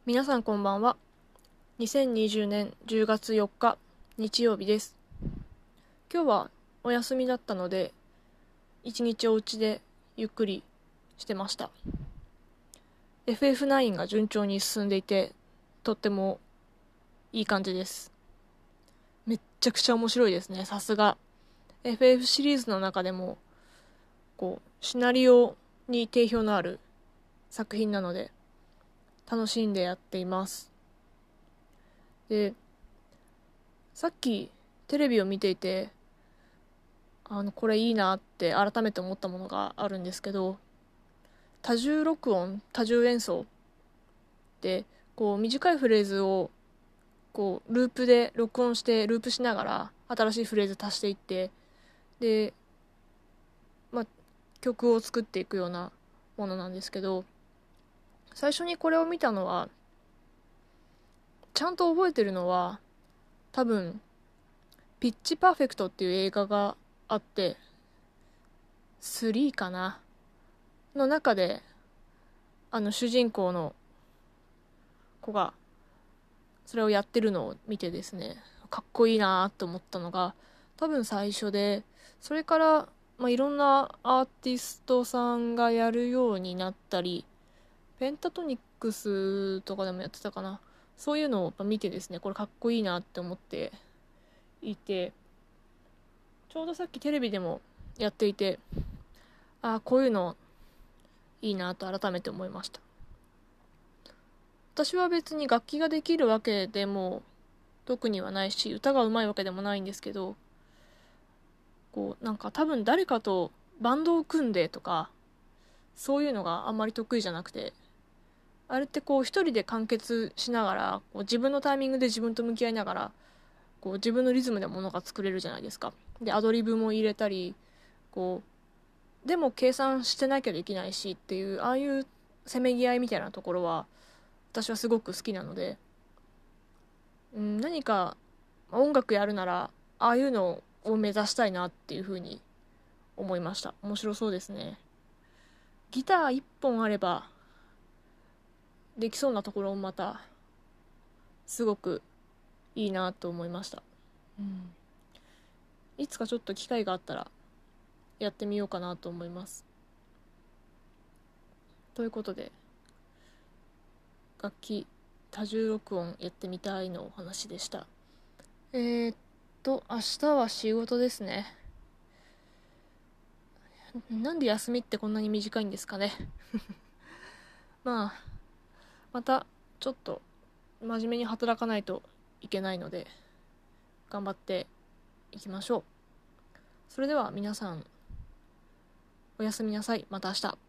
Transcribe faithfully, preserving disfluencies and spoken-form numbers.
皆さんこんばんは。にせんにじゅうねんじゅうがつよっか日曜日です。今日はお休みだったので一日お家でゆっくりしてました。 エフエフナイン が順調に進んでいてとってもいい感じです。めっちゃくちゃ面白いですね。さすが エフエフ シリーズの中でもこうシナリオに定評のある作品なので楽しんでやっています。でさっきテレビを見ていてあのこれいいなって改めて思ったものがあるんですけど、多重録音多重演奏でこう短いフレーズをこうループで録音してループしながら新しいフレーズ足していってで、まあ、曲を作っていくようなものなんですけど、最初にこれを見たのはちゃんと覚えてるのは多分ピッチパーフェクトっていう映画があってスリーかなの中であの主人公の子がそれをやってるのを見てですね、かっこいいなと思ったのが多分最初で、それから、まあ、いろんなアーティストさんがやるようになったり、ペンタトニックスとかでもやってたかな、そういうのを見てですね、これかっこいいなって思っていて、ちょうどさっきテレビでもやっていて、ああこういうのいいなと改めて思いました。私は別に楽器ができるわけでも特にはないし、歌が上手いわけでもないんですけど、こうなんか多分誰かとバンドを組んでとかそういうのがあんまり得意じゃなくて、あれってこう一人で完結しながらこう自分のタイミングで自分と向き合いながらこう自分のリズムでものが作れるじゃないですか。でアドリブも入れたりこうでも計算してなきゃできないしっていう、ああいうせめぎ合いみたいなところは私はすごく好きなので、うん、何か音楽やるならああいうのを目指したいなっていうふうに思いました。面白そうですね。ギターいっぽんあればできそうなところもまたすごくいいなと思いました、うん、いつかちょっと機会があったらやってみようかなと思います。ということで楽器多重録音やってみたいのお話でした。えー、っと明日は仕事ですね。なんで休みってこんなに短いんですかねまあまたちょっと真面目に働かないといけないので頑張っていきましょう。それでは皆さんおやすみなさい。また明日。